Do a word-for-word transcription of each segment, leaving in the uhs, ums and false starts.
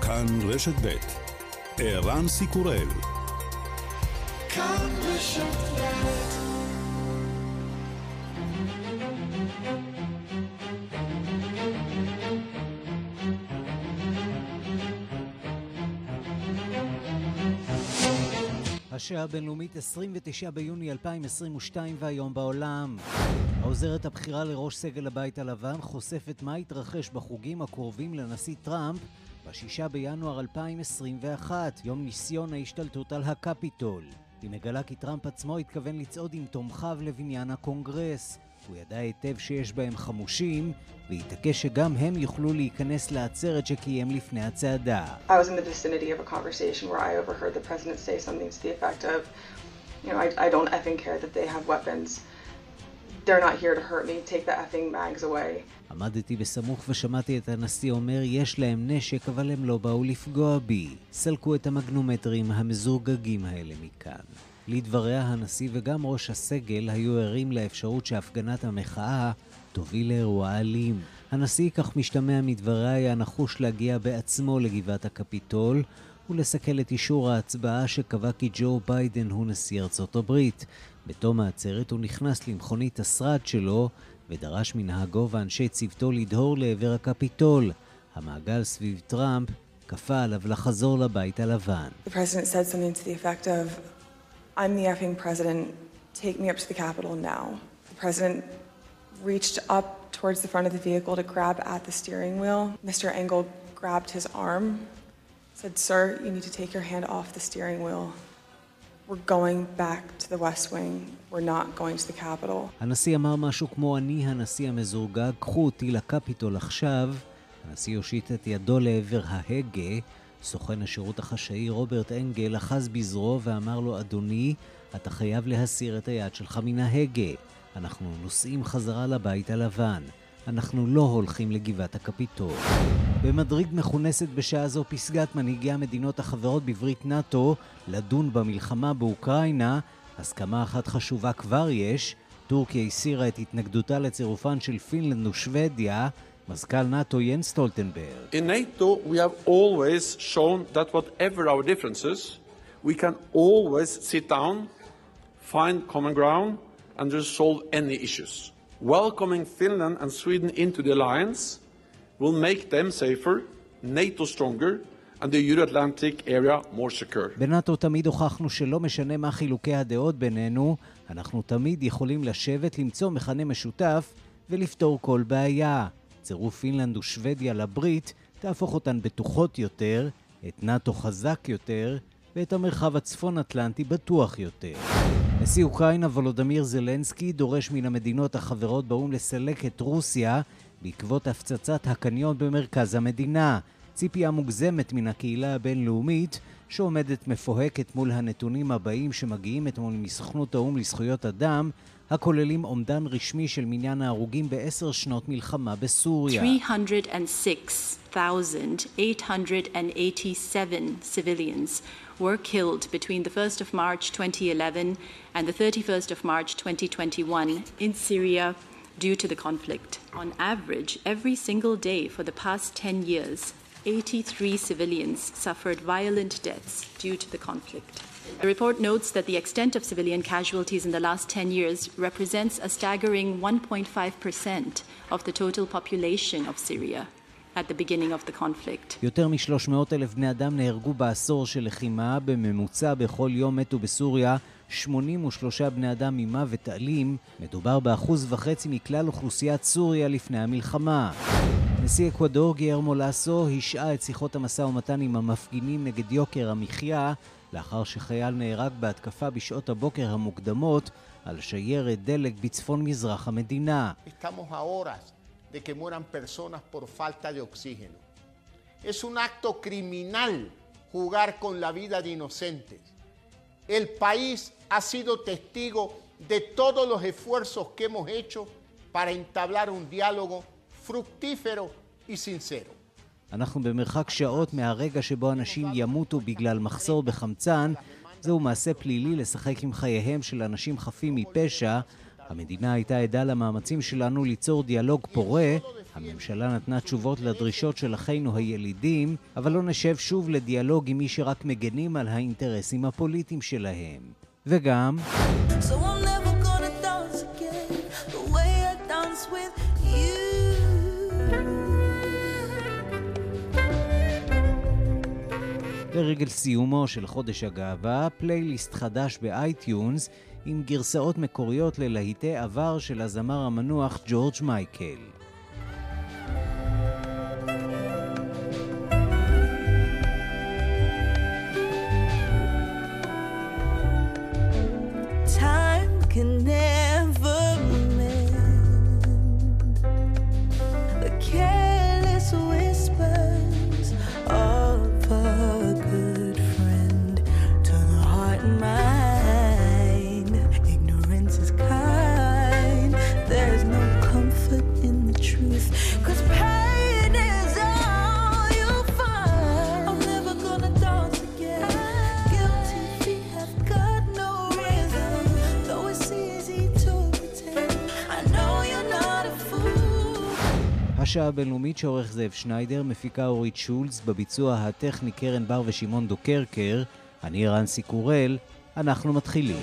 כאן רשת ב' ערן סיקורל. כאן רשת ב'. השעה הבינלאומית עשרים ותשעה ביוני אלפיים עשרים ושתיים והיום בעולם. העוזרת הבכירה לראש סגל הבית הלבן חושפת מה התרחש בחוגים הקרובים לנשיא טראמפ בשישה בינואר אלפיים עשרים ואחת, יום ניסיון ההשתלטות על הקפיטול. היא מגלה כי טראמפ עצמו התכוון לצעוד עם תומכיו לבניין הקונגרס. הוא ידע היטב שיש בהם חמושים, והתעקש שגם הם יוכלו להיכנס לעצרת שקיים לפני הצעדה. I was in the vicinity of a conversation where I overheard the president say something to the effect of, you know, I, I don't effing care that they have weapons. They're not here to hurt me. Take the effing mags away. עמדתי בסמוך ושמעתי את הנשיא אומר, יש להם נשק, אבל הם לא באו לפגוע בי. סלקו את המגנומטרים המזורגגים האלה מכאן. לדבריה, הנשיא וגם ראש הסגל היו ערים לאפשרות שהפגנת המחאה תוביל לאירוע אלים. הנשיא, כך משתמע מדבריה, היה נחוש להגיע בעצמו לגבעת הקפיטול ולסכל את אישור ההצבעה שקבע כי ג'ו ביידן הוא נשיא ארצות הברית. בתום העצרת הוא נכנס למכונית השרד שלו ודרש מנהגו ואנשי צוותו לדהור לעבר הקפיטול. המעגל סביב טראמפ כפה עליו לחזור לבית הלבן. The president said something to the effect of, I'm the effing president. Take me up to the Capitol now. The president reached up towards the front of the vehicle to grab at the steering wheel. Mister Engel grabbed his arm, said, Sir, you need to take your hand off the steering wheel. We're going back to the West Wing. We're not going to the Capitol. הנשיא אמר משהו כמו, אני הנשיא המזורגג, קחו אותי לקפיטול עכשיו. הנשיא הושיט את ידו לעבר ההגה. סוכן השירות החשאי רוברט אנגל אחז בזרוע ואמר לו, אדוני, אתה חייב להסיר את היד שלך מן ההגה. אנחנו נוסעים חזרה לבית הלבן. אנחנו לא הולכים לגבעת הקפיטול. במדריד מכונסת בשעה זו פסגת מנהיגי המדינות החברות בברית נאטו לדון במלחמה באוקראינה. הסכמה אחת חשובה כבר יש. טורקיה הסירה את התנגדותה לצירופן של פינלנד ושוודיה. מזכ"ל נאטו יאנס סטולטנברג. In NATO we have always shown that whatever our differences, we can always sit down, find common ground and resolve any issues. Welcoming Finland and Sweden into the alliance will make them safer, NATO stronger and the Euro-Atlantic area more secure. בנאטו תמיד הוכחנו שלא משנה מה חילוקי הדעות בינינו, אנחנו תמיד יכולים לשבת, למצוא מכנה משותף ולפתור כל בעיה. צירוף פינלנד ושוודיה לברית תהפוך אותן בטוחות יותר, את נאטו חזק יותר ואת המרחב הצפון אטלנטי בטוח יותר. נשיא אוקראינה וולודמיר זלנסקי דורש מן המדינות החברות באו"ם לסלק את רוסיה בעקבות הפצצת הקניון במרכז המדינה. ציפייה מוגזמת מן הקהילה הבינלאומית שעומדת מפוהקת מול הנתונים הבאים שמגיעים אתמול מסוכנות האו"ם לזכויות אדם, הכוללים אומדן רשמי של מניין ההרוגים בעשר שנות מלחמה בסוריה. three hundred six thousand eight hundred eighty-seven civilians were killed between the first of March twenty eleven and the thirty-first of March twenty twenty-one in Syria due to the conflict. On average, every single day for the past ten years, eighty-three civilians suffered violent deaths due to the conflict. The report notes that the extent of civilian casualties in the last ten years represents a staggering one point five percent of the total population of Syria at the beginning of the conflict. יותר מ-שלוש מאות אלף בני אדם נהרגו בעשור של לחימה. בממוצע בכל יום מתו בסוריה שמונים ושלושה בני אדם ממוות אלים. מדובר באחוז וחצי מכלל אוכלוסיית סוריה לפני המלחמה. נשיא אקוודור גיירמו לאסו השעה את שיחות המשא ומתן עם המפגינים נגד יוקר המחיה לאחר שחייל נהרג בהתקפה בשעות הבוקר המוקדמות על שיירת דלק בצפון מזרח המדינה. Estamos a horas de que mueran personas por falta de oxígeno. Es un acto criminal jugar con la vida de inocentes. El país ha sido testigo de todos los esfuerzos que hemos hecho para entablar un diálogo fructífero y sincero. אנחנו במרחק שעות מהרגע שבו אנשים ימותו בגלל מחסור בחמצן. זהו מעשה פלילי לשחק עם חייהם של אנשים חפים מפשע. המדינה הייתה עדה למאמצים שלנו ליצור דיאלוג פורה. הממשלה נתנה תשובות לדרישות של אחינו הילידים, אבל לא נשב שוב לדיאלוג עם מי שרק מגנים על האינטרסים הפוליטיים שלהם. וגם So I'm never gonna dance again the way I dance with you. לרגל סיומו של חודש הגאווה, פלייליסט חדש באייטיונס עם גרסאות מקוריות ללהיטי עבר של הזמר המנוח ג'ורג' מייקל. Time can never mend the careless whispers of a good friend to the heart and mind. Ignorance is kind. There's no comfort in the truth, 'cause pain is all you'll find. I'm never gonna dance again. Guilty feet have got no rhythm, though it's easy to pretend. I know you're not a fool. השעה הבינלאומית שעורך זאב שניידר, מפיקה אורית שולץ, בביצוע הטכני קרן בר ושמעון דוקרקר. אני רנסי קורל, אנחנו מתחילים.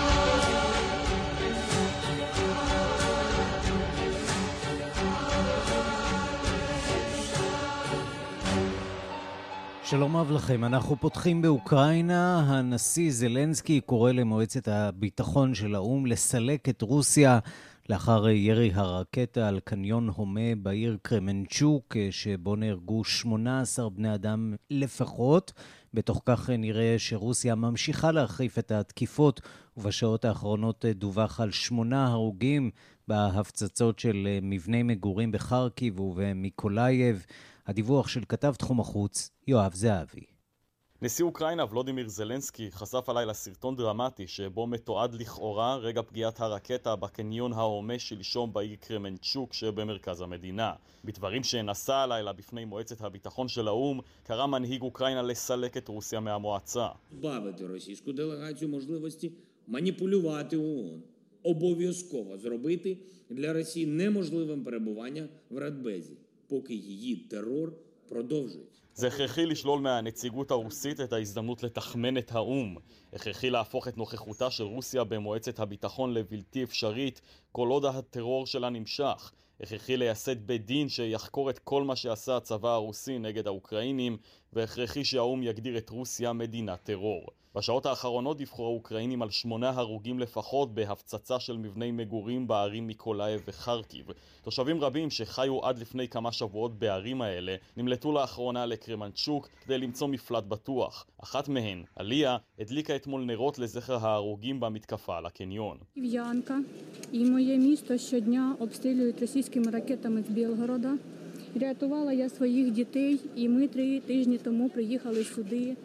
שלום רב לכם, אנחנו פותחים באוקראינה. הנשיא זלנסקי קורא למועצת הביטחון של האו"ם לסלק את רוסיה לאחר ירי הרקטה על קניון הומה בעיר קרמנצ'וק, שבו נהרגו שמונה עשר בני אדם לפחות. בתוך כך נראה שרוסיה ממשיכה להרחיף את התקיפות, ובשעות האחרונות דווח על שמונה הרוגים בהפצצות של מבני מגורים בחרקיב ובמיקולייב. הדיווח של כתב תחום החוץ יואב זהבי. נשיא אוקראינה ולודימיר זלנסקי חשף הלילה סרטון דרמטי שבו מתועד לכאורה רגע פגיעת הרקטה בקניון ההומה שלשום בעיר קרמנצ'וק שבמרכז המדינה. בדברים שנשא הלילה בפני מועצת הביטחון של האו"ם, קרא מנהיג אוקראינה לסלק את רוסיה מהמועצה. Бавити російську делегацію можливості маніпулювати ООН. Обов'язково зробити для Росії неможливим перебування в Радбезі, поки її терор продовжується. זה הכרחי לשלול מהנציגות הרוסית את ההזדמנות לתחמן את האו"ם. הכרחי להפוך את נוכחותה של רוסיה במועצת הביטחון לבלתי אפשרית כל עוד הטרור שלה נמשך. הכרחי לייסד בית דין שיחקור את כל מה שעשה הצבא הרוסי נגד האוקראינים, והכרחי שהאו"ם יגדיר את רוסיה מדינת טרור. בשעות האחרונות דיווחו האוקראינים על שמונה הרוגים לפחות בהפצצה של מבני מגורים בערים מיקולייב וחרקיב. תושבים רבים שחיו עד לפני כמה שבועות בערים האלה נמלטו לאחרונה לקרמנצ'וק כדי למצוא מפלט בטוח. אחת מהן, עליה, הדליקה אתמול נרות לזכר ההרוגים במתקפה על הקניון. Янка, і моє місто щодня обстрілюють російськими ракетами з Білгорода. Рятувала я своїх дітей, і ми три тижні тому приїхали сюди,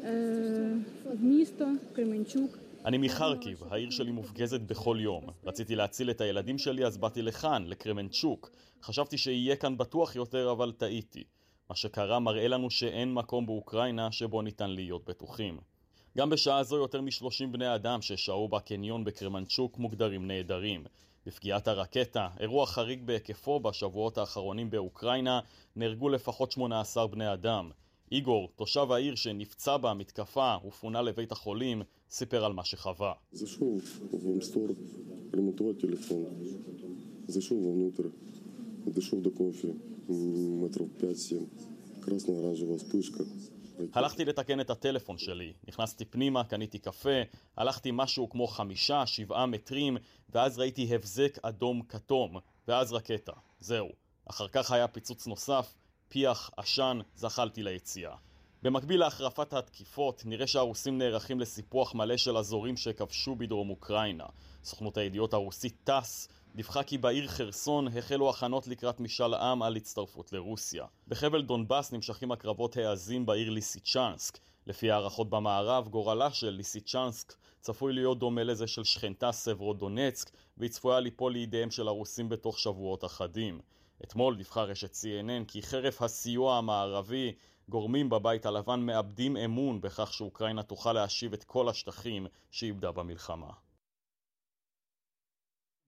в місто Кременчук. אני מחרקיב, העיר שלי מופגזת בכל יום. רציתי להציל את הילדים שלי, אז באתי לכאן, לקרמנצ'וק. חשבתי שיהיה כאן בטוח יותר, אבל טעיתי. מה שקרה מראה לנו שאין מקום באוקראינה שבו ניתן להיות בטוחים. גם בשעה זו יותר מ-שלושים בני אדם ששהו בקניון בקרמנצ'וק מוגדרים נהדרים. בפגיעת הרקטה, אירוע חריג בהיקפו בשבועות האחרונים באוקראינה, נהרגו לפחות שמונה עשר בני אדם. איגור, תושב העיר שנפצע במתקפה ופונה לבית החולים, סיפר על מה שחווה. זשוב במסתור ремонтувати телефон. זשוב внутрь. дошел до кофе. метров пять-семь. красно-оранжевая вспышка. הלכתי לתקן את הטלפון שלי, נכנסתי פנימה, קניתי קפה, הלכתי משהו כמו חמישה, שבעה מטרים, ואז ראיתי הבזק אדום כתום, ואז רקטה. זהו. אחר כך היה פיצוץ נוסף, פיח, עשן, זחלתי ליציאה. במקביל להחרפת התקיפות, נראה שהרוסים נערכים לסיפוח מלא של אזורים שכבשו בדרום אוקראינה. סוכנות הידיעות הרוסית טס דיווחה כי בעיר חרסון החלו הכנות לקראת משאל עם על הצטרפות לרוסיה. בחבל דונבאס נמשכים הקרבות העזים בעיר ליסיצ'נסק. לפי הערכות במערב, גורלה של ליסיצ'נסק צפוי להיות דומה לזה של שכנתה סברודונצק, והיא צפויה ליפול לידיהם של הרוסים בתוך שבועות אחדים. אתמול דיווחה רשת סי אן אן כי חרף הסיוע המערבי, גורמים בבית הלבן מאבדים אמון בכך שאוקראינה תוכל להשיב את כל השטחים שאיבדה במלחמה.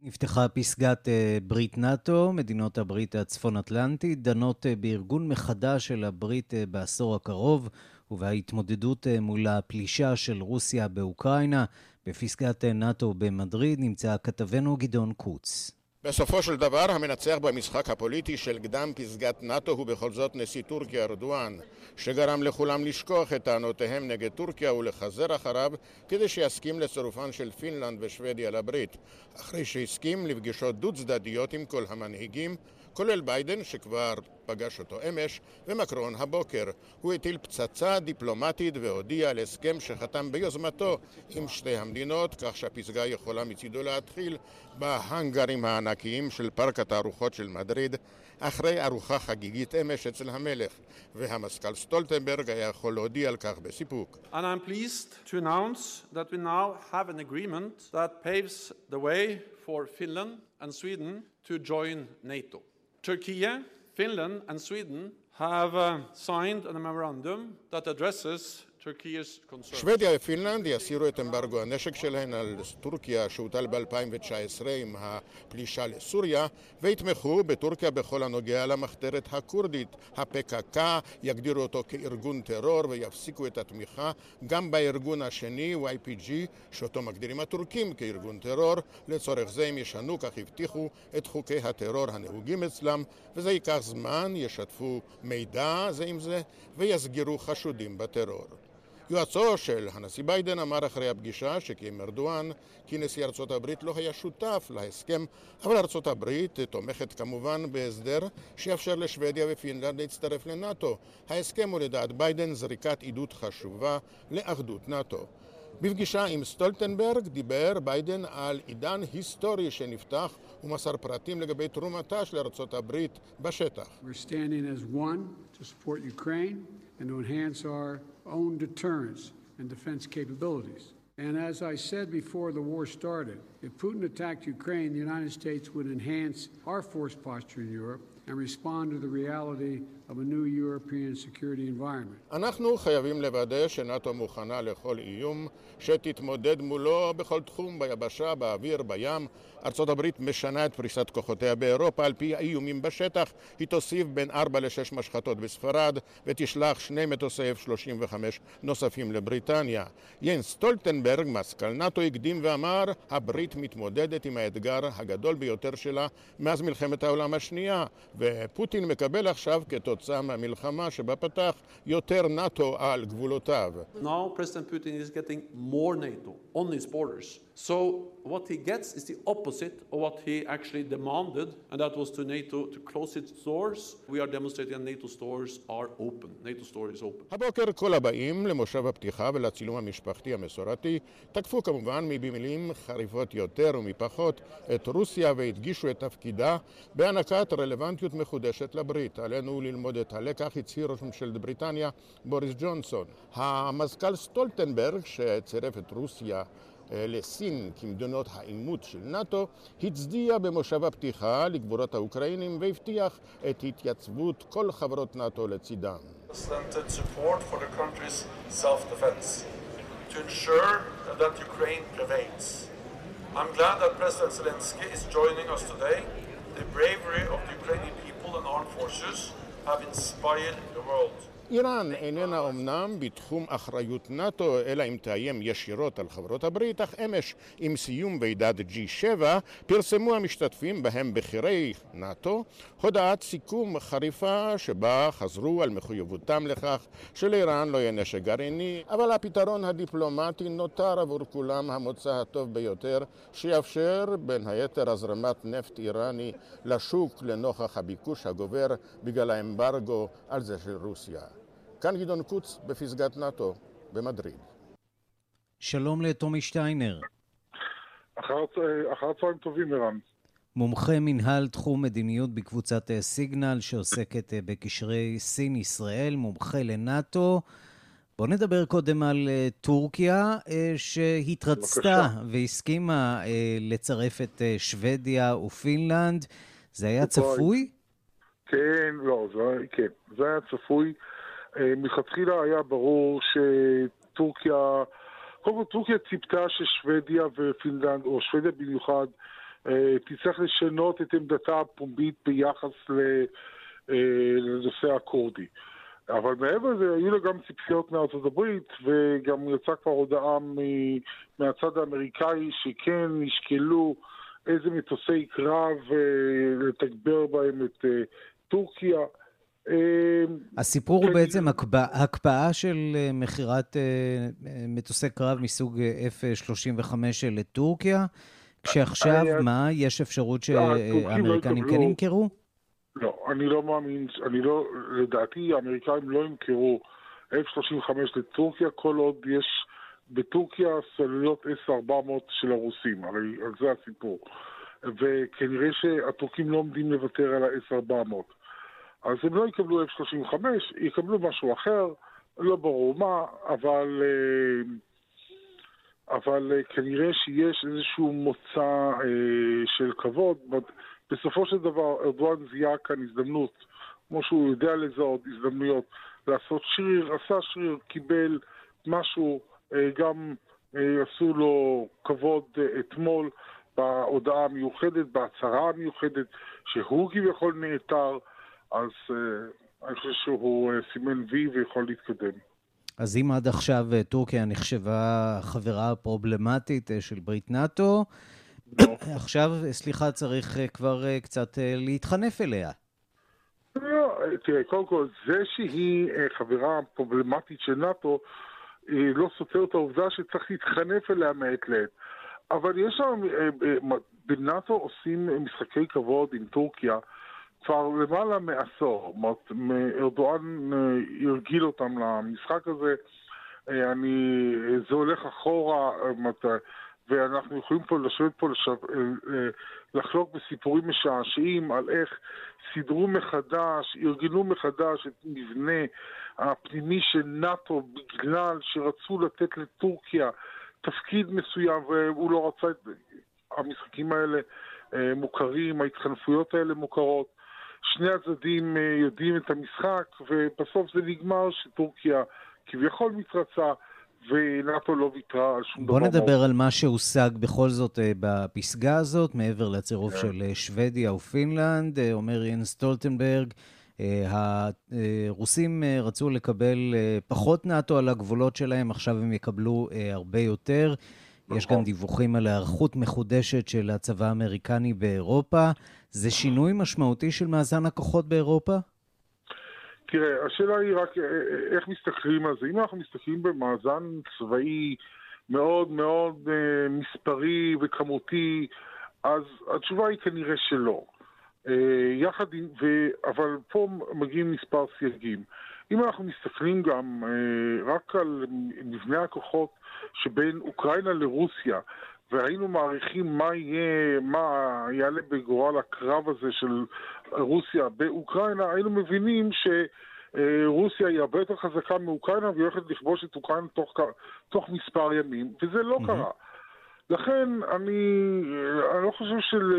נפתחה פסגת ברית נאטו, מדינות הברית הצפון אטלנטית דנות בארגון מחדש של הברית בעשור הקרוב ובהתמודדות מול הפלישה של רוסיה באוקראינה. בפסגת נאטו במדריד נמצא כתבנו גדעון קוץ. בסופו של דבר, המנצח במשחק הפוליטי של קדם פסגת נאטו הוא בכל זאת נשיא טורקיה ארדואן, שגרם לכולם לשכוח את טענותיהם נגד טורקיה ולחזר אחריו כדי שיסכים לצירופן של פינלנד ושוודיה לברית, אחרי שהסכים לפגישות דו צדדיות עם כל המנהיגים, כולל ביידן שכבר פגש אותו אמש, ומקרון הבוקר. הוא הטיל פצצה דיפלומטית והודיע על הסכם שחתם ביוזמתו עם שתי המדינות, כך שהפסגה יכולה מצידו להתחיל בהנגרים הענקיים של פארק התערוכות של מדריד, אחרי ארוחה חגיגית אמש אצל המלך, והמזכ"ל סטולטנברג היה יכול להודיע על כך בסיפוק. And I'm pleased to announce that we now have an agreement that paves the way for Finland and Sweden to join NATO. Turkey, Finland and Sweden have uh, signed a memorandum that addresses Turkey's concerns. שוודיה ופינלנד יסירו את אמברגו הנשק שלהן על טורקיה שהוטל ב-אלפיים תשע עשרה עם הפלישה לסוריה, והתמכו בטורקיה בכל הנוגע למחתרת הקורדית. ה-פי קי קי יגדירו אותו כארגון טרור ויפסיקו את התמיכה גם בארגון השני, וואי פי ג'י, שאותו מגדירים הטורקים כארגון טרור. לצורך זה הם ישנו, כך הבטיחו, את חוקי הטרור הנהוגים אצלם, וזה ייקח זמן, ישתפו מידע זה עם זה ויסגירו חשודים בטרור. יועצו של הנשיא ביידן אמר אחרי הפגישה שקיים ארדואן כי נשיא ארצות הברית לא היה שותף להסכם, אבל ארצות הברית תומכת כמובן בהסדר שיאפשר לשוודיה ופינלנד להצטרף לנאטו. ההסכם הוא לדעת ביידן זריקת עידוד חשובה לאחדות נאטו. בפגישה עם סטולטנברג דיבר ביידן על עידן היסטורי שנפתח ומסר פרטים לגבי תרומתה של ארצות הברית בשטח. We're standing as one to support Ukraine and to enhance our own deterrence and defense capabilities. And as I said before the war started, if Putin attacked Ukraine, the United States would enhance our force posture in Europe and respond to the reality of a new European security environment. אנחנו חייבים לוודא שנאטו מוכנה לכל איום שתתמודד מולו בכל תחום, ביבשה, באוויר, בים. ארצות הברית משנה את פריסת כוחותיה באירופה על פי האיומים בשטח. היא תוסיף בין ארבע לשש משחטות בספרד ותשלח שני מטוסי אף שלושים וחמש נוספים לבריטניה. ינס סטולטנברג, מזכ"ל נאטו, הקדים ואמר, הברית מתמודדת עם האתגר הגדול ביותר שלה מאז מלחמת העולם השנייה, ופוטין מקבל עכשיו כתוצאה מהמלחמה שבה פתח יותר נאטו על גבולותיו. Now President Putin is getting more NATO on his borders. So what he gets is the opposite of what he actually demanded, and that was to NATO to close its doors. We are demonstrating that NATO stores are open. NATO store is open. הבוקר כל הבאים למושב הפתיחה ולצילום המשפחתי המסורתי תקפו כמובן מבמילים חריפות יותר ומפחות את רוסיה והדגישו את תפקידה בהענקת רלוונטיות מחודשת לברית. עלינו ללמוד את הלקח, הצהיר ראש ממשלת בריטניה בוריס ג'ונסון. המזכ"ל סטולטנברג שצירף את רוסיה לסין כמדינות העימות של נאטו, הצדיע במושב הפתיחה לגבורות האוקראינים והבטיח את התייצבות כל חברות נאטו לצידם. Support for the country's self-defense to ensure that Ukraine prevails. I'm glad that President Zelensky is joining us today. The bravery of the Ukrainian people and armed forces have inspired the world. איראן איננה אמנם בתחום אחריות נאטו, אלא אם תאיים ישירות על חברות הברית, אך אמש עם סיום ועידת ג'י שבע פרסמו המשתתפים בהם בכירי נאטו הודעת סיכום חריפה שבה חזרו על מחויבותם לכך שלאיראן לא יהיה נשק גרעיני, אבל הפתרון הדיפלומטי נותר עבור כולם המוצא הטוב ביותר שיאפשר בין היתר הזרמת נפט איראני לשוק לנוכח הביקוש הגובר בגלל האמברגו על זה של רוסיה. כאן גדעון קוץ בפסגת נאטו במדריד. שלום לטומי שטיינר. אחר צהריים טובים, ערן. מומחה מנהל תחום מדיניות בקבוצת סיגנל שעוסקת בקשרי סין-ישראל, מומחה לנאטו. בוא נדבר קודם על טורקיה שהתרצתה והסכימה לצרף את שוודיה ופינלנד. זה היה צפוי? כן, לא, זה, כן, זה היה צפוי. מלכתחילה היה ברור שטורקיה, קודם כל טורקיה ציפתה ששוודיה ופינלנד, או שוודיה במיוחד, תצטרך לשנות את עמדתה הפומבית ביחס לנושא הכורדי. אבל מעבר לזה, היו לה גם ציפיות מארצות הברית, וגם יצאה כבר הודעה מהצד האמריקאי שכן נשקלו איזה מטוסי קרב לתגבר בהם את טורקיה. הסיפור הוא בעצם הקפאה של מחירת מטוסי קרב מסוג אף שלושים וחמש לטורקיה, כשעכשיו מה? יש אפשרות שהאמריקנים כן ימכרו? לא, אני לא מאמין, אני לא, לדעתי האמריקאים לא ימכרו אף שלושים וחמש לטורקיה, כל עוד יש בטורקיה סוללות אס ארבע מאות של הרוסים, הרי על זה הסיפור. וכנראה שהטורקים לא עומדים לוותר על ה-אס ארבע מאות. אז הם לא יקבלו אף שלושים וחמש, יקבלו משהו אחר, לא ברור מה, אבל, אבל כנראה שיש איזשהו מוצא של כבוד. בסופו של דבר, ארדואן זיהה כאן הזדמנות, כמו שהוא יודע לזהות הזדמנויות, לעשות שריר, עשה שריר, קיבל משהו, גם עשו לו כבוד אתמול בהודעה המיוחדת, בהצהרה המיוחדת, שהוא כביכול נעתר, אז אני חושב שהוא סימן וי ויכול להתקדם. אז אם עד עכשיו טורקיה נחשבה חברה פרובלמטית של ברית נאטו, עכשיו, סליחה, צריך כבר קצת להתחנף אליה. לא, תראה, קודם כל, זה שהיא חברה פרובלמטית של נאטו, לא סותר את העובדה שצריך להתחנף אליה מעת לעת. אבל יש שם, בנאטו עושים משחקי כבוד עם טורקיה, כבר למעלה מעשור. ארדואן הרגיל אותם למשחק הזה, אני, זה הולך אחורה, ואנחנו יכולים פה לשבת פה לשב, לחלוק בסיפורים משעשעים על איך סידרו מחדש, ארגנו מחדש את מבנה הפנימי של נאטו בגלל שרצו לתת לטורקיה תפקיד מסוים והוא לא רצה את המשחקים האלה מוכרים, ההתחנפויות האלה מוכרות. שני הצדדים יודעים את המשחק ובסוף זה נגמר שטורקיה כביכול מתרצה ונאטו לא ויתרה על שום דבר. בוא נדבר על מה שהושג בכל זאת בפסגה הזאת, מעבר לצירוף של שוודיה ופינלנד. אומר יאנס סטולטנברג, הרוסים רצו לקבל פחות נאטו על הגבולות שלהם, עכשיו הם יקבלו הרבה יותר. יש גם דיווחים על הערכות מחודשת של הצבא האמריקני באירופה. זה שינוי משמעותי של מאזן הכוחות באירופה? תראה, השאלה היא רק איך מסתכלים על זה. אם אנחנו מסתכלים במאזן צבאי מאוד מאוד אה, מספרי וכמותי, אז התשובה היא כנראה שלא. אה, יחד עם, ו, אבל פה מגיעים מספר סייגים. אם אנחנו מסתכלים גם אה, רק על מבנה הכוחות שבין אוקראינה לרוסיה, והיינו מעריכים מה יהיה, מה יעלה בגורל הקרב הזה של רוסיה באוקראינה, היינו מבינים שרוסיה היא הרבה יותר חזקה מאוקראינה, והיא הולכת לכבוש את אוקראינה תוך, תוך מספר ימים, וזה לא mm-hmm. קרה. לכן אני, אני לא חושב של...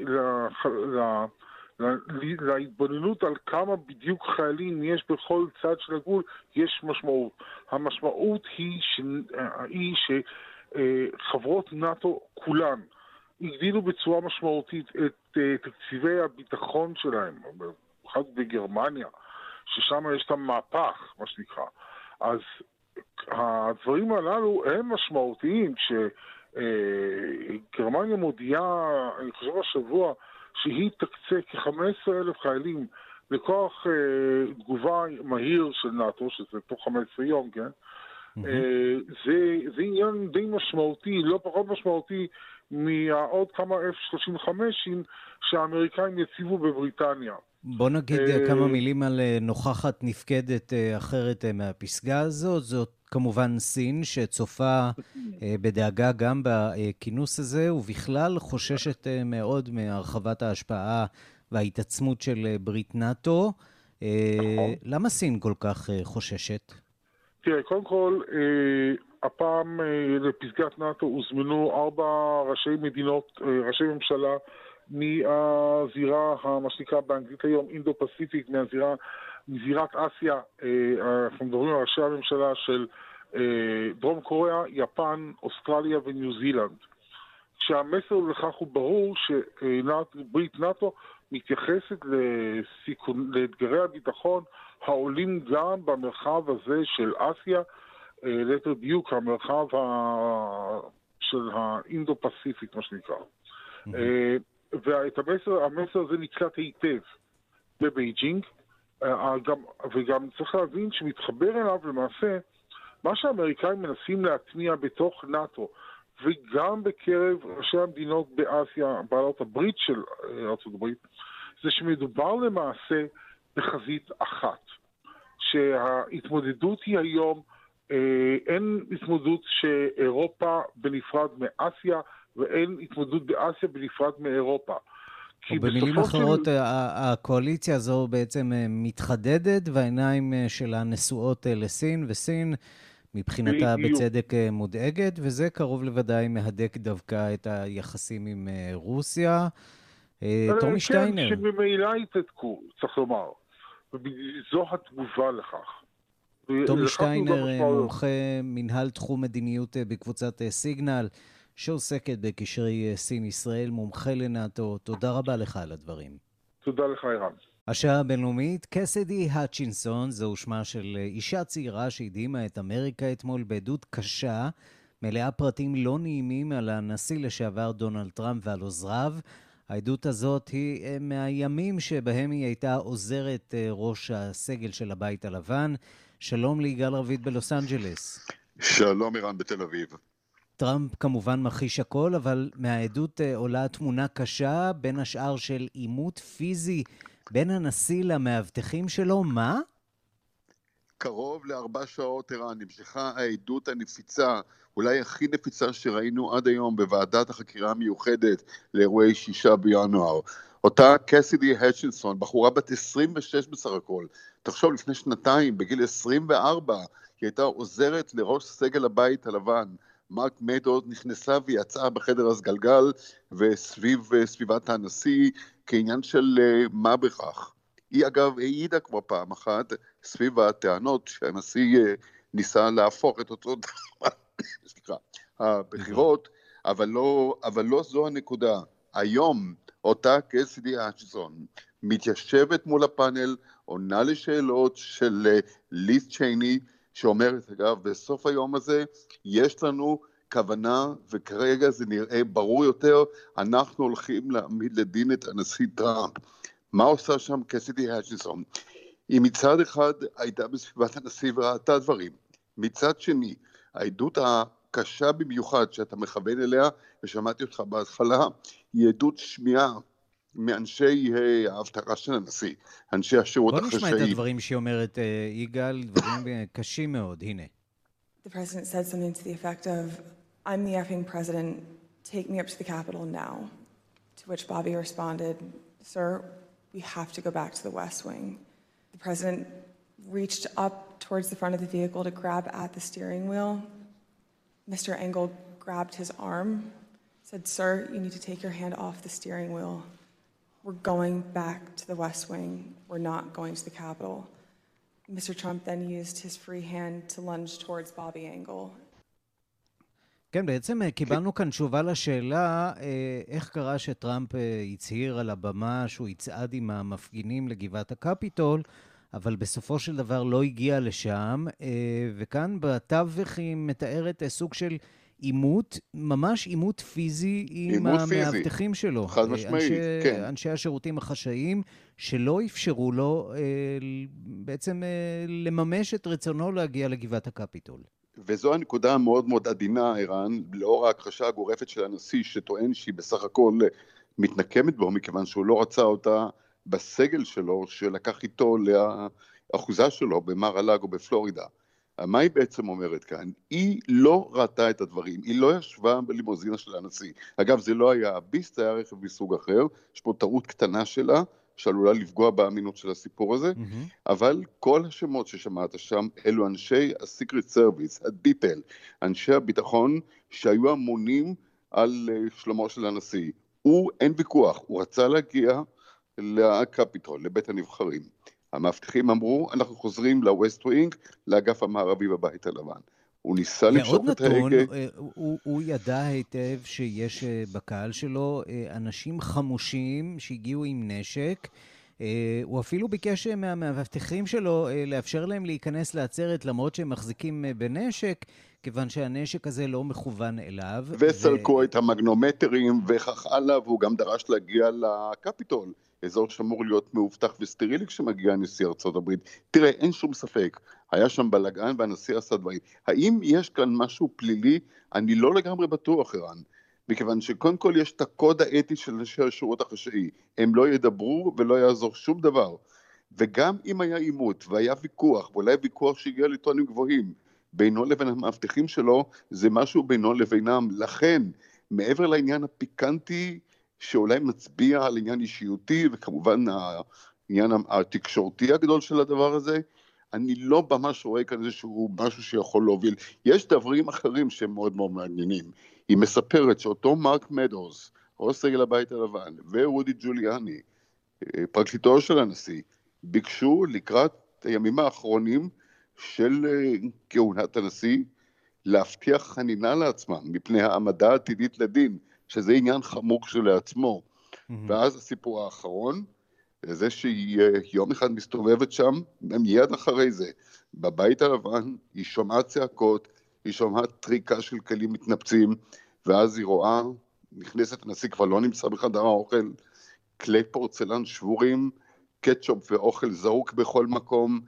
להתבוננות על כמה בדיוק חיילים יש בכל צד של הגבול, יש משמעות. המשמעות היא, ש... היא שחברות נאטו כולן הגדילו בצורה משמעותית את תקציבי הביטחון שלהם, במיוחד בגרמניה, ששם יש את המהפך, מה שנקרא. אז הדברים הללו הם משמעותיים. כשגרמניה מודיעה, אני חושב השבוע, שהיא תקצה כ-חמישה עשר אלף חיילים לכוח אה, תגובה מהיר של נאטו, שזה תוך חמישה עשר יום, כן? Mm-hmm. אה, זה, זה עניין די משמעותי, לא פחות משמעותי מהעוד כמה אף שלושים וחמש שהאמריקאים יציבו בבריטניה. בוא נגיד אה... כמה מילים על נוכחת נפקדת אחרת מהפסגה הזאת. זאת כמובן סין שצופה בדאגה גם בכינוס הזה, ובכלל חוששת מאוד מהרחבת ההשפעה וההתעצמות של ברית נאטו. למה סין כל כך חוששת? תראה, קודם כל, הפעם לפסגת נאטו הוזמנו ארבע ראשי מדינות, ראשי ממשלה, מהזירה, מה שנקרא באנגלית היום, אינדו-פסיפיק, מהזירה, מזירת אסיה. אנחנו מדברים על ראשי הממשלה של דרום קוריאה, יפן, אוסטרליה וניו זילנד. שהמסר לכך הוא ברור שברית נאט"ו מתייחסת לסיכון, לאתגרי הביטחון העולים גם במרחב הזה של אסיה, ליתר דיוק המרחב ה... של האינדו-פסיפיק, מה שנקרא. Mm-hmm. ואת המסר, המסר הזה נקלט היטב בבייג'ינג, גם, וגם צריך להבין שמתחבר אליו למעשה מה שהאמריקאים מנסים להטמיע בתוך נאט"ו, וגם בקרב ראשי המדינות באסיה, בעלות הברית של ארצות הברית, זה שמדובר למעשה בחזית אחת. שההתמודדות היא היום, אין התמודדות שאירופה בנפרד מאסיה, ואין התמודדות באסיה בנפרד מאירופה. במילים אחרות, של... הקואליציה הזו בעצם מתחדדת, והעיניים שלה נשואות לסין, וסין מבחינתה בצדק מודאגת, וזה קרוב לוודאי מהדק דווקא את היחסים עם רוסיה. תומי שטיינר. כן, שממילא התעדכו, צריך לומר. וזו התגובה לכך. תומי שטיינר, מומחה מנהל תחום מדיניות בקבוצת סיגנל, שעוסקת בקשרי סין-ישראל, מומחה לנאט"ו. תודה רבה לך על הדברים. תודה לך, אירן. השעה הבינלאומית, קסידי האצ'ינסון, זהו שמה של אישה צעירה שהדהימה את אמריקה אתמול בעדות קשה, מלאה פרטים לא נעימים על הנשיא לשעבר דונלד טראמפ ועל עוזריו. העדות הזאת היא מהימים שבהם היא הייתה עוזרת ראש הסגל של הבית הלבן. שלום ליגאל רביד בלוס אנג'לס. שלום אירן בתל אביב. טראמפ כמובן מכחיש הכל, אבל מהעדות עולה תמונה קשה, בין השאר של עימות פיזי בין הנשיא למאבטחים שלו. מה? קרוב לארבע שעות אירן נמשכה העדות הנפיצה, אולי הכי נפיצה שראינו עד היום בוועדת החקירה המיוחדת לאירועי שישה בינואר. אותה קסידי האצ'ינסון, בחורה בת עשרים ושש בסך הכל, תחשוב לפני שנתיים, בגיל עשרים וארבע, היא הייתה עוזרת לראש סגל הבית הלבן. מרק מדוד נכנסה ויצאה בחדר הסגלגל וסביב סביבת הנשיא כעניין של מה בכך. היא אגב העידה כבר פעם אחת סביב הטענות שהנשיא ניסה להפוך את אותו סליחה, הבחירות, אבל לא, אבל לא זו הנקודה. היום אותה קסידי האצ'ינסון מתיישבת מול הפאנל, עונה לשאלות של ליז צ'ייני, שאומרת, אגב, בסוף היום הזה יש לנו כוונה, וכרגע זה נראה ברור יותר, אנחנו הולכים להעמיד לדין את הנשיא טראמפ. מה עושה שם קסידי האצ'ינסון? היא מצד אחד הייתה בסביבת הנשיא וראתה דברים. מצד שני, העדות הקשה במיוחד שאתה מכוון אליה, ושמעתי אותך בהתחלה, היא עדות שמיעה מאנשי ההבטרה של הנשיא, אנשי השירות החשאי. בוא נשמע את הדברים שהיא אומרת, יגאל, דברים קשים מאוד, הנה. The president said something to the effect of, I'm the effing president, take me up to the Capitol now. To which Bobby responded, sir, we have to go back to the West Wing. The president reached up towards the front of the vehicle to grab at the steering wheel. Mister Engel grabbed his arm, said, sir, you need to take your hand off the steering wheel. We're going back to the West Wing. We're not going to the Capitol. Mister Trump then used his free hand to lunge towards Bobby Engel. כן, בעצם קיבלנו כאן תשובה לשאלה איך קרה שטראמפ הצהיר על הבמה שהוא יצעד עם המפגינים לגבעת הקפיטול, אבל בסופו של דבר לא הגיע לשם, וכאן בתווך היא מתארת סוג של עימות, ממש עימות פיזי עם המאבטחים שלו. חד משמעית, כן. אנשי השירותים החשאיים שלא אפשרו לו בעצם לממש את רצונו להגיע לגבעת הקפיטול. וזו הנקודה המאוד מאוד עדינה, אירן, לאור ההכחשה הגורפת של הנשיא שטוען שהיא בסך הכל מתנקמת בו, מכיוון שהוא לא רצה אותה בסגל שלו, שלקח איתו לאחוזה שלו במר הלאגו בפלורידה. מה היא בעצם אומרת כאן? היא לא ראתה את הדברים, היא לא ישבה בלימוזינה של הנשיא. אגב, זה לא היה הביסט, היה רכב מסוג אחר, יש פה טעות קטנה שלה, שעלולה לפגוע באמינות של הסיפור הזה, mm-hmm. אבל כל השמות ששמעת שם, אלו אנשי הסיקרט סרוויס, הדיפל, אנשי הביטחון שהיו אמונים על שלומו של הנשיא. הוא, אין ויכוח, הוא רצה להגיע לקפיטול, לבית הנבחרים. המאבטחים אמרו, אנחנו חוזרים לווסט ווינג, לאגף המערבי בבית הלבן. הוא ניסה למשוך את ההגה. ועוד נתון, הוא, הוא ידע היטב שיש בקהל שלו אנשים חמושים שהגיעו עם נשק. הוא אפילו ביקש מהמאבטחים שלו לאפשר להם להיכנס לעצרת למרות שהם מחזיקים בנשק, כיוון שהנשק הזה לא מכוון אליו. וסלקו ו... את המגנומטרים וכך הלאה, והוא גם דרש להגיע לקפיטול, אזור שאמור להיות מאובטח וסטרילי כשמגיע נשיא ארצות הברית. תראה, אין שום ספק, היה שם בלגן והנשיא עשה דברים. האם יש כאן משהו פלילי? אני לא לגמרי בטוח, ערן. מכיוון שקודם כל יש את הקוד האתי של אנשי השירות החשאי. הם לא ידברו ולא יעזור שום דבר. וגם אם היה עימות והיה ויכוח, ואולי ויכוח שהגיע לטונים גבוהים, בינו לבין המאבטחים שלו, זה משהו בינו לבינם. לכן, מעבר לעניין הפיקנטי, שאולי מצביע על עניין אישיותי, וכמובן העניין התקשורתי הגדול של הדבר הזה, אני לא ממש רואה כאן איזשהו משהו שיכול להוביל. יש דברים אחרים שהם מאוד מאוד מעניינים. היא מספרת שאותו מרק מדוס, ראש סגל הבית הלבן, ורודי ג'וליאני, פרקליטו של הנשיא, ביקשו לקראת הימים האחרונים של כהונת הנשיא, להבטיח חנינה לעצמם, מפני העמדה עתידית לדין, שזה עניין חמור שלעצמו. Mm-hmm. ואז הסיפור האחרון, זה שהיא יום אחד מסתובבת שם, מיד אחרי זה, בבית הלבן, היא שומעת צעקות, היא שומעת טריקה של כלים מתנפצים, ואז היא רואה, נכנסת הנשיא, כבר לא נמצא בחדר האוכל, כלי פורצלן שבורים, קטשופ ואוכל זרוק בכל מקום,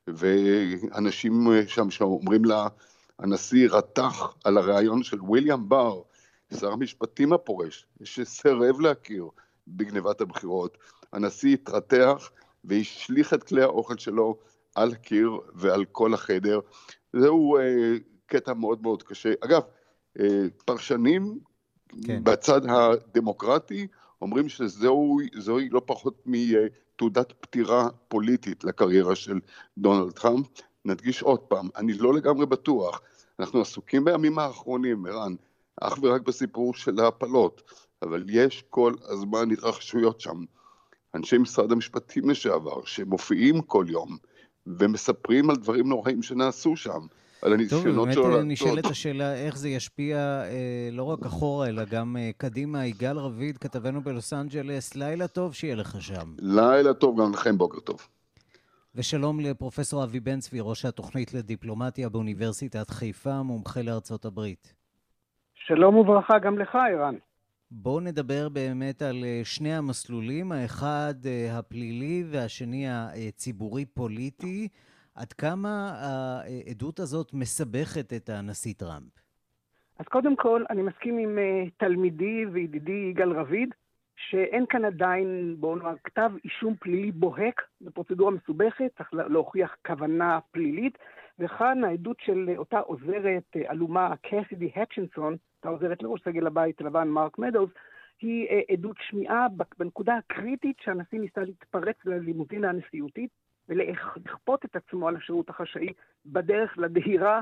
ואנשים שם שאומרים לה, הנשיא רתח על הרעיון של וויליאם בר, שר המשפטים הפורש, שסרב להכיר בגנבת הבחירות. הנשיא התרתח והשליך את כלי האוכל שלו על הקיר ועל כל החדר. זהו אה, קטע מאוד מאוד קשה. אגב, אה, פרשנים כן. בצד הדמוקרטי אומרים שזוהי לא פחות מתעודת פטירה פוליטית לקריירה של דונלד טראמפ. נדגיש עוד פעם, אני לא לגמרי בטוח. אנחנו עסוקים בימים האחרונים, ערן, אך ורק בסיפור של ההפלות, אבל יש כל הזמן התרחשויות שם. אנשי משרד המשפטים לשעבר, שמופיעים כל יום, ומספרים על דברים נוראים שנעשו שם, על הניסיונות שלו. טוב, באמת נשאלת השאלה איך זה ישפיע אה, לא רק אחורה, אלא גם אה, קדימה. יגאל רביד, כתבנו בלוס אנג'לס, לילה טוב שיהיה לך שם. לילה טוב, גם לכם בוקר טוב. ושלום לפרופסור אבי בן צבי, ראש התוכנית לדיפלומטיה באוניברסיטת חיפה, מומחה לארצות הברית. שלום וברכה גם לך, ערן. בואו נדבר באמת על שני המסלולים, האחד הפלילי והשני הציבורי-פוליטי. עד כמה העדות הזאת מסבכת את הנשיא טראמפ? אז קודם כל, אני מסכים עם תלמידי וידידי יגאל רביד, שאין כאן עדיין, בואו נאמר, כתב אישום פלילי בוהק בפרוצדורה מסובכת, צריך להוכיח כוונה פלילית, וכאן העדות של אותה עוזרת אלומה, קסידי הקשינסון, אותה עוזרת לראש סגל הבית הלבן מרק מדוס, היא עדות שמיעה בנקודה הקריטית שהנשיא ניסה להתפרץ ללימוזינה הנשיאותית, ולכפות את עצמו על השירות החשאי בדרך לדהירה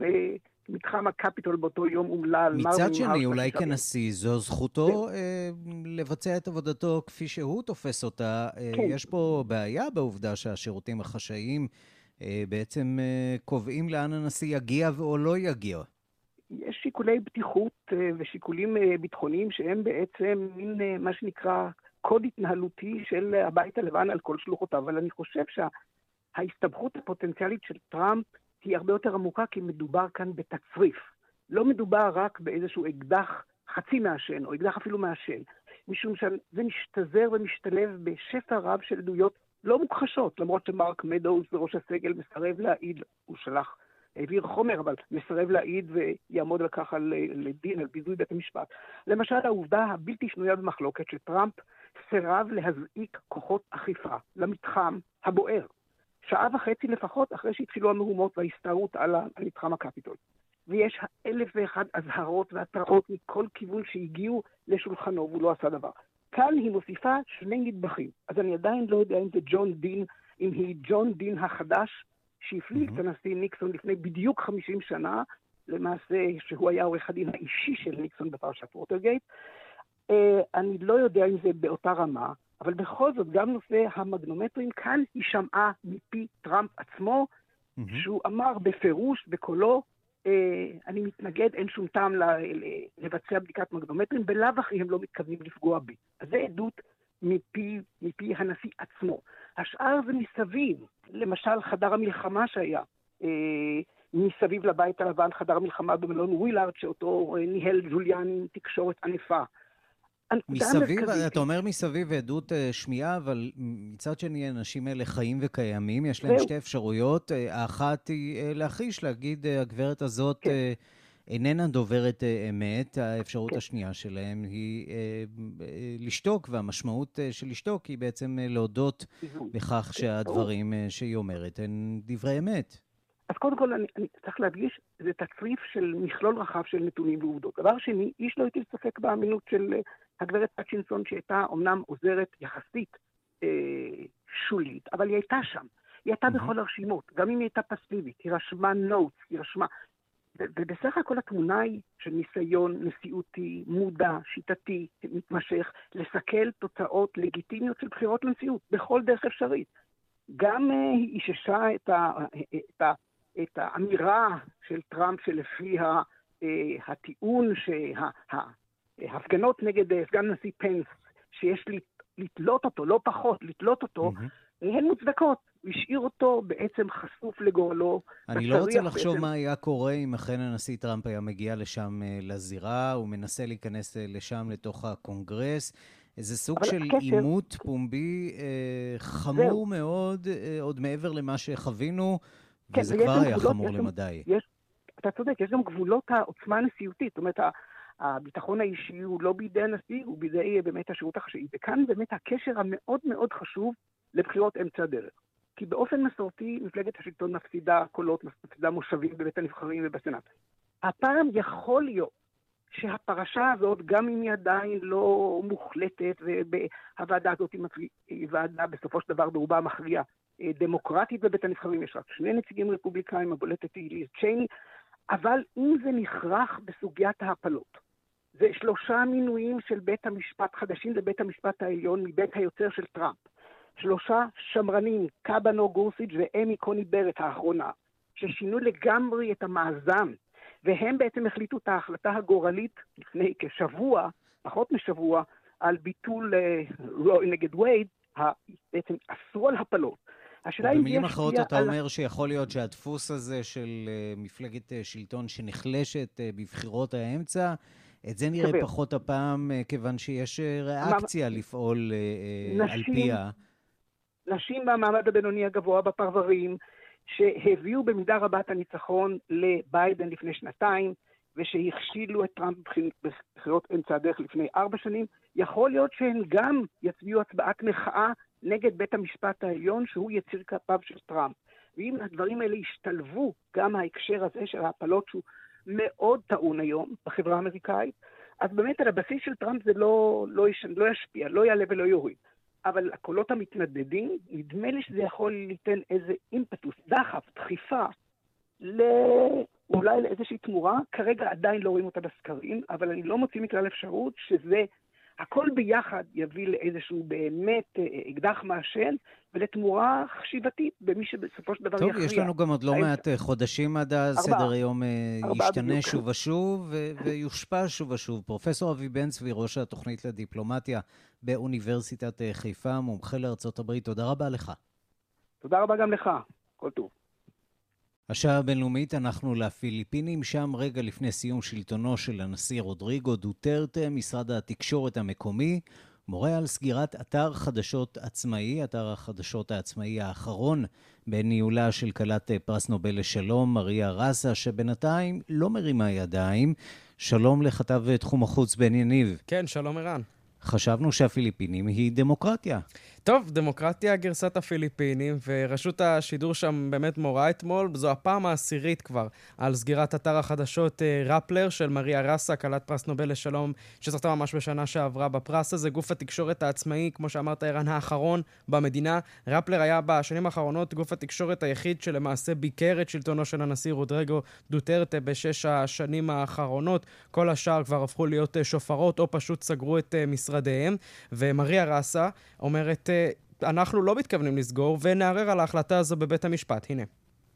במתחם הקפיטול באותו יום אומלל. מצד שני, אולי כנשיא, זו זכותו אה, לבצע את עבודתו כפי שהוא תופס אותה. אה, כן. יש פה בעיה בעובדה שהשירותים החשאיים אה, בעצם אה, קובעים לאן הנשיא יגיע או לא יגיע. יש שיקולי בטיחות אה, ושיקולים אה, ביטחוניים שהם בעצם מין אה, מה שנקרא קוד התנהלותי של הבית הלבן על כל שלוחותיו, אבל אני חושב שההסתבכות הפוטנציאלית של טראמפ היא הרבה יותר עמוקה, כי מדובר כאן בתצריף. לא מדובר רק באיזשהו אקדח חצי מהשן, או אקדח אפילו מהשן, משום שזה משתזר ומשתלב בשפע רב של עדויות לא מוכחשות, למרות שמרק מדוס וראש הסגל מסרב להעיד, הוא שלח, העביר חומר, אבל מסרב להעיד ויעמוד לכך על, לדין, על ביזוי בית המשפט. למשל, העובדה הבלתי שנויה במחלוקת שטראמפ סירב להזעיק כוחות אכיפה למתחם הבוער. שעה וחצי לפחות אחרי שהתחילו המהומות וההסתערות על המתחם הקפיטול. ויש אלף ואחד אזהרות והתראות מכל כיוון שהגיעו לשולחנו, והוא לא עשה דבר. כאן היא מוסיפה שני נדבכים. אז אני עדיין לא יודע אם זה ג'ון דין, אם היא ג'ון דין החדש, שהפליג mm-hmm. את הנשיא ניקסון לפני בדיוק חמישים שנה, למעשה שהוא היה עורך הדין האישי של ניקסון בפרשת ווטרגייט. Uh, אני לא יודע אם זה באותה רמה, אבל בכל זאת, גם נושא המגנומטרים, כאן היא שמעה מפי טראמפ עצמו, mm-hmm. שהוא אמר בפירוש, בקולו, אני מתנגד, אין שום טעם לבצע בדיקת מגנומטרים, בלאו הכי הם לא מתכוונים לפגוע בי. אז זה עדות מפי, מפי הנשיא עצמו. השאר זה מסביב, למשל חדר המלחמה שהיה, מסביב לבית הלבן, חדר המלחמה במלון ווילארד, שאותו ניהל ג'וליאן תקשורת ענפה. מסביב, אתה אומר מסביב עדות שמיעה, אבל מצד שני האנשים האלה חיים וקיימים, יש להם שתי אפשרויות, האחת היא להחיש, להגיד הגברת הזאת איננה דוברת אמת, האפשרות השנייה שלהם היא לשתוק, והמשמעות של לשתוק היא בעצם להודות בכך שהדברים שהיא אומרת הן דברי אמת. אז קודם כל אני, אני צריך להדגיש, זה תצריף של מכלול רחב של נתונים ועובדות. דבר שני, איש לא הטיל ספק באמינות של הגברת פאצ'ינסון, שהייתה אומנם עוזרת יחסית אה, שולית, אבל היא הייתה שם. היא הייתה בכל הרשימות, גם אם היא הייתה פסיבית, היא רשמה נוטס, היא רשמה... ובסך הכל התמונה היא של ניסיון נשיאותי, מודע, שיטתי, מתמשך, לסכל תוצאות לגיטימיות של בחירות לנשיאות, בכל דרך אפשרית. גם היא איששה את, ה, את, ה, את האמירה של טראמפ שלפיה הטיעון שההפגנות נגד סגן נשיא פנס, שיש לתלות אותו, לא פחות, לתלות אותו, mm-hmm. הן מוצדקות. השאיר אותו בעצם חשוף לגורלו. אני לא רוצה לחשוב בעצם... מה היה קורה אם אכן הנשיא טראמפ היה מגיע לשם לזירה, הוא מנסה להיכנס לשם לתוך הקונגרס. איזה סוג של עימות פומבי אה, חמור זהו. מאוד, אה, עוד מעבר למה שחווינו, כן, וזה כבר היה גבולות, חמור למדי. יש, אתה צודק, יש גם גבולות העוצמה הנשיאותית, זאת אומרת, הביטחון האישי הוא לא בידי הנשיא, הוא בידי באמת השירות החשאי, וכאן באמת הקשר המאוד מאוד חשוב לבחירות אמצע הדרך. כי באופן מסורתי מפלגת השלטון מפסידה קולות, מפסידה מושבים בבית הנבחרים ובסנאט. הפעם יכול להיות שהפרשה הזאת, גם אם היא עדיין לא מוחלטת, והוועדה הזאת היא ועדה בסופו של דבר ברובה מכריעה דמוקרטית בבית הנבחרים, יש רק שני נציגים רפובליקאים, הבולטת היא ליז צ'ייני, אבל אם זה נכרח בסוגיית ההפלות, זה שלושה מינויים של בית המשפט, חדשים לבית המשפט העליון מבית היוצר של טראמפ, שלושה שמרנים, קאבנו גורסיץ' ואמי קוני ברט האחרונה, ששינו לגמרי את המאזן, והם בעצם החליטו את ההחלטה הגורלית לפני כשבוע, פחות משבוע, על ביטול רוי נגד וייד, בעצם אסרו על הפלות. במילים אחרות אתה על... אומר שיכול להיות שהדפוס הזה של מפלגת שלטון שנחלשת בבחירות האמצע, את זה נראה סביר. פחות הפעם, כיוון שיש ריאקציה מה... לפעול נשים, על פיה. נשים במעמד הבינוני הגבוה בפרברים, שהביאו במידה רבה את הניצחון לביידן לפני שנתיים, ושהכשילו את טראמפ בבחירות אמצע הדרך לפני ארבע שנים, יכול להיות שהן גם יצביעו הצבעת מחאה נגד בית המשפט העליון, שהוא יציר כפיו של טראמפ. ואם הדברים האלה ישתלבו, גם ההקשר הזה של ההפלות, שהוא מאוד טעון היום בחברה האמריקאית, אז באמת על הבסיס של טראמפ זה לא, לא, ישן, לא ישפיע, לא יעלה ולא יוריד. אבל הקולות המתנדדים, נדמה לי שזה יכול ליתן איזה אימפטוס, דחף, דחיפה, לא... אולי לאיזושהי תמורה, כרגע עדיין לא רואים אותה בסקרים, אבל אני לא מוציא מכלל אפשרות שזה, הכל ביחד יביא לאיזשהו באמת אקדח מעשן, ולתמורה חשיבתית במי שבסופו של דבר טוב, יכריע. טוב, יש לנו גם עוד לא מעט חודשים עד אז, סדר היום ישתנה שוב ושוב, ויושפע שוב ושוב. פרופסור אבי בן צבי, ראש התוכנית לדיפלומטיה באוניברסיטת חיפה, מומחה לארצות הברית, תודה רבה לך. תודה רבה גם לך, כל טוב. השעה הבינלאומית, אנחנו לפיליפינים, שם רגע לפני סיום שלטונו של הנשיא רודריגו דוטרטה, משרד התקשורת המקומי, מורה על סגירת אתר חדשות עצמאי, אתר החדשות העצמאי האחרון בניהולה של כלת פרס נובל לשלום, מריה רסה, שבינתיים לא מרימה ידיים. שלום לכתב תחום החוץ בן יניב. כן, שלום ערן. חשבנו שהפיליפינים היא דמוקרטיה. טוב, דמוקרטיה גרסת הפיליפינים, ורשות השידור שם באמת מורה אתמול, זו הפעם העשירית כבר, על סגירת אתר החדשות רפלר של מריה רסה, כלת פרס נובל לשלום, שזכתה ממש בשנה שעברה בפרס הזה. גוף התקשורת העצמאי, כמו שאמרת ערן, האחרון במדינה. רפלר היה בשנים האחרונות גוף התקשורת היחיד שלמעשה ביקר את שלטונו של הנשיא רודריגו דוטרטה בשש השנים האחרונות. כל השאר כבר הפכו להיות שופרות, או פשוט סגרו את משרדיהם. ומריה רסה אומרת, אנחנו לא מתכוונים לסגור, ונערר על ההחלטה הזו בבית המשפט. הנה.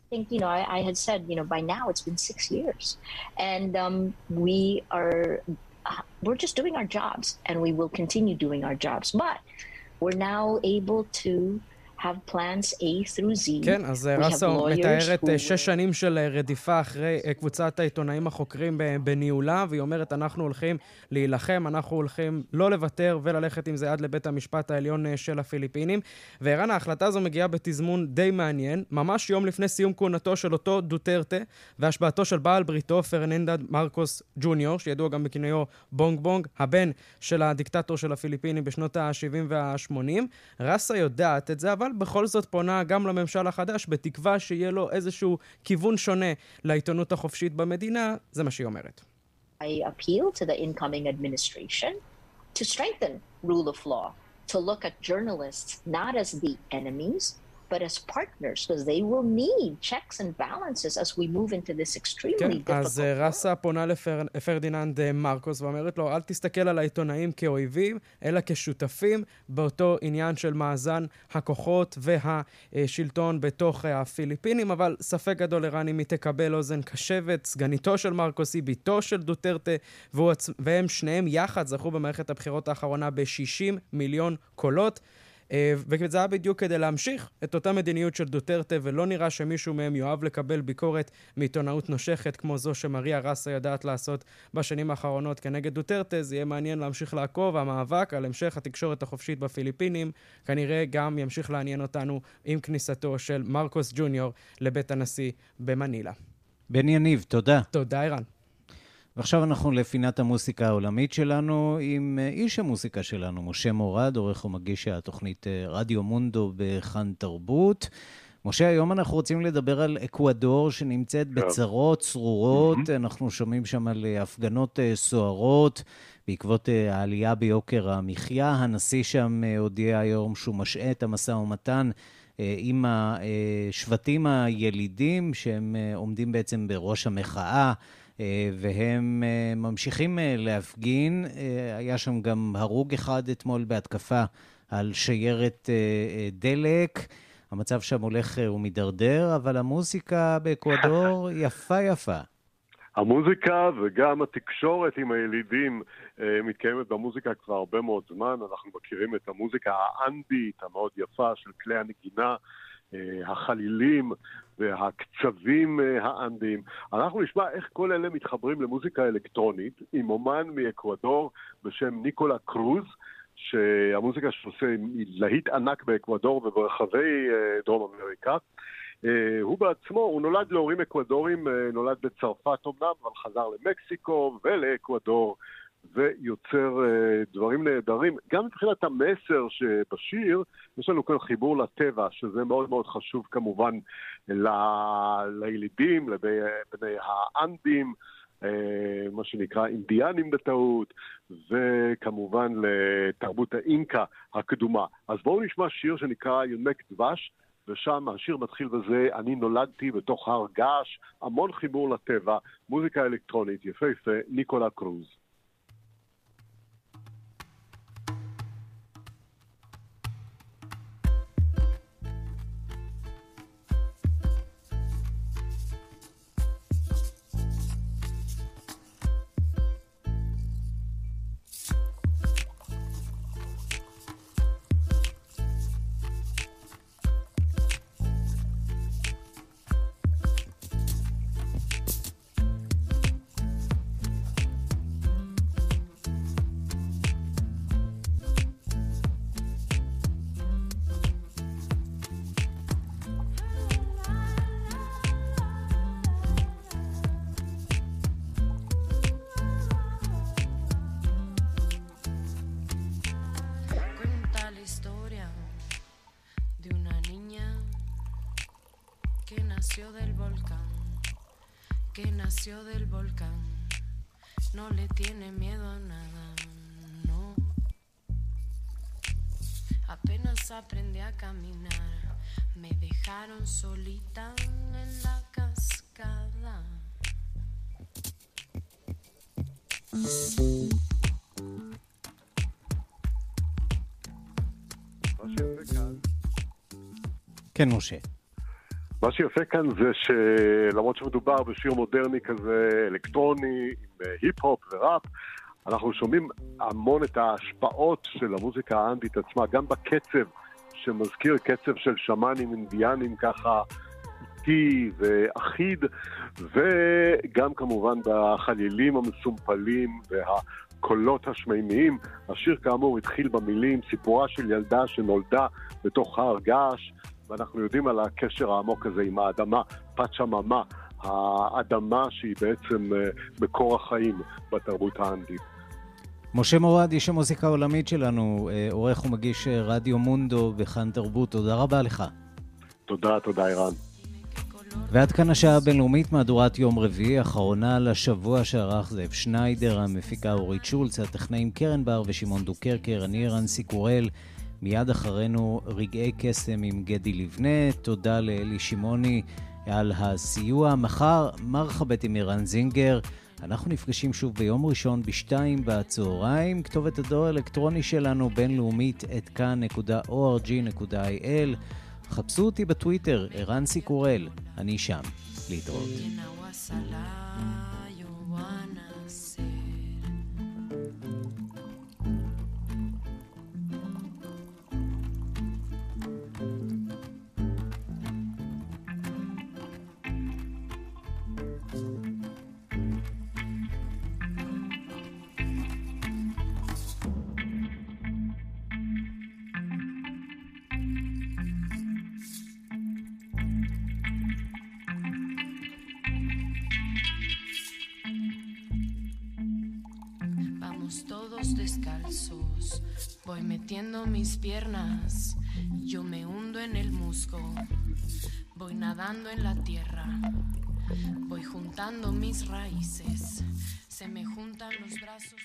think, you know, I, I had said, you know, by now it's been six years. And um, we are, uh, we're just doing our jobs, and we will continue doing our jobs. But we're now able to have plans A through Z. כן, אז רסה מתארת שש שנים של רדיפה אחרי קבוצת העיתונאים החוקרים בניהולה, והיא אומרת, אנחנו הולכים להילחם, אנחנו הולכים לא לוותר וללכת עם זה עד לבית המשפט העליון של הפיליפינים. וערן, ההחלטה הזו מגיעה בתזמון די מעניין, ממש יום לפני סיום כהונתו של אותו דוטרטה, והשבעתו של בעל בריתו, פרננדו מרקוס ג'וניור, שידוע גם בכינויו בונג בונג, הבן של הדיקטטור של הפיליפינים בשנות ה-שבעים וה-שמונים. רסה יודעת את זה, אבל בכל זאת פונה גם לממשל החדש, בתקווה שיהיה לו איזשהו כיוון שונה לעיתונות החופשית במדינה. זה מה שהיא אומרת. I appeal to the incoming administration to strengthen rule of law, to look at journalists not as the enemies, but as partners, because they will need checks and balances as we move into this extremely difficult. אז רסה פונה לפרדיננד מרקוס ואומרת לו, אל תסתכל על העיתונאים כאויבים, אלא כשותפים באותו עניין של מאזן הכוחות והשלטון בתוך הפיליפינים, אבל ספק גדול ערן אם היא תקבל אוזן קשבת. סגניתו של מרקוס היא ביתו של דוטרטה, והם שניהם יחד זכו במערכת הבחירות האחרונה ב-שישים מיליון קולות. וזה היה בדיוק כדי להמשיך את אותה מדיניות של דוטרטה, ולא נראה שמישהו מהם יאהב לקבל ביקורת מעיתונאות נושכת כמו זו שמריה רסה יודעת לעשות בשנים האחרונות כנגד דוטרטה. זה יהיה מעניין להמשיך לעקוב. המאבק על המשך התקשורת החופשית בפיליפינים כנראה גם ימשיך לעניין אותנו עם כניסתו של מרקוס ג'וניור לבית הנשיא במנילה. בן יניב, תודה. תודה אירן. ועכשיו אנחנו לפינת המוסיקה העולמית שלנו עם איש המוסיקה שלנו, משה מורד, עורך ומגיש התוכנית רדיו מונדו בכאן תרבות. משה, היום אנחנו רוצים לדבר על אקוודור שנמצאת בצרות צרורות. Mm-hmm. אנחנו שומעים שם על הפגנות סוערות בעקבות העלייה ביוקר המחיה. הנשיא שם הודיע היום שהוא משעה את המשא ומתן עם השבטים הילידים שהם עומדים בעצם בראש המחאה, והם ממשיכים להפגין. היה שם גם הרוג אחד אתמול בהתקפה על שיירת דלק. המצב שם הולך ומדרדר, אבל המוזיקה באקוודור יפה יפה. המוזיקה וגם התקשורת עם הילידים מתקיימת במוזיקה כבר הרבה מאוד זמן. אנחנו מכירים את המוזיקה האנדית המאוד יפה של כלי הנגינה, החלילים והקצבים האנדיים. אנחנו נשמע איך כל אלה מתחברים למוזיקה אלקטרונית עם אומן מאקוודור בשם ניקולה קרוז, שהמוזיקה שעושה להיט ענק באקוודור וברחבי דרום אמריקה. הוא בעצמו, הוא נולד להורים אקוודורים, נולד בצרפת אמנם, אבל חזר למקסיקו ולאקוודור, ויוצר דברים נהדרים. גם מבחינת המסר שבשיר, יש לנו כאן חיבור לטבע, שזה מאוד מאוד חשוב כמובן ל... לילידים, לבני האנדים, מה שנקרא אינדיאנים בטעות, וכמובן לתרבות האינקה הקדומה. אז בואו נשמע שיר שנקרא יונק דבש, ושם השיר מתחיל בזה, אני נולדתי בתוך הר געש, המון חיבור לטבע, מוזיקה אלקטרונית, יפהפה, ניקולה קרוז. del volcán, que nació del volcán, no le tiene miedo a nada, no. Apenas aprendí a caminar, me dejaron solita en la cascada. כן, משה. מה שיפה כאן זה שלמרות שמדובר בשיר מודרני כזה אלקטרוני, עם היפ-הופ וראפ, אנחנו שומעים המון את ההשפעות של המוזיקה האנדית עצמה, גם בקצב שמזכיר קצב של שמאנים אינדיאנים ככה איטי ואחיד, וגם כמובן בחלילים המסומפלים והקולות השמימיים. השיר כאמור התחיל במילים סיפורה של ילדה שנולדה בתוך הר געש, ואנחנו יודעים על הקשר העמוק הזה עם האדמה, פאצ'מאמה, האדמה שהיא בעצם מקור החיים בתרבות האנדית. משה מורד, איש המוזיקה העולמית שלנו, עורך ומגיש רדיו מונדו בכאן תרבות, תודה רבה לך. תודה, תודה אירן. ועד כאן השעה הבינלאומית, מהדורת יום רביעי, אחרונה לשבוע שערך זאב שניידר, המפיקה אורית שולץ, הטכנאים קרן בר ושמעון דוקרקר, אני רנסי קורל, מיד אחרינו רגעי קסם עם גדי לבנה, תודה לאלי שמעוני על הסיוע. מחר מרחבת עם אירן זינגר, אנחנו נפגשים שוב ביום ראשון בשתיים בצהריים. כתובת הדואר האלקטרוני שלנו בינלאומית את כאן נקודה או אר ג'י נקודה איי אל. חפשו אותי בטוויטר, אירנסי קורל, אני שם. להתראות. Todos descalzos, voy metiendo mis piernas, yo me hundo en el musgo, voy nadando en la tierra, voy juntando mis raíces, se me juntan los brazos.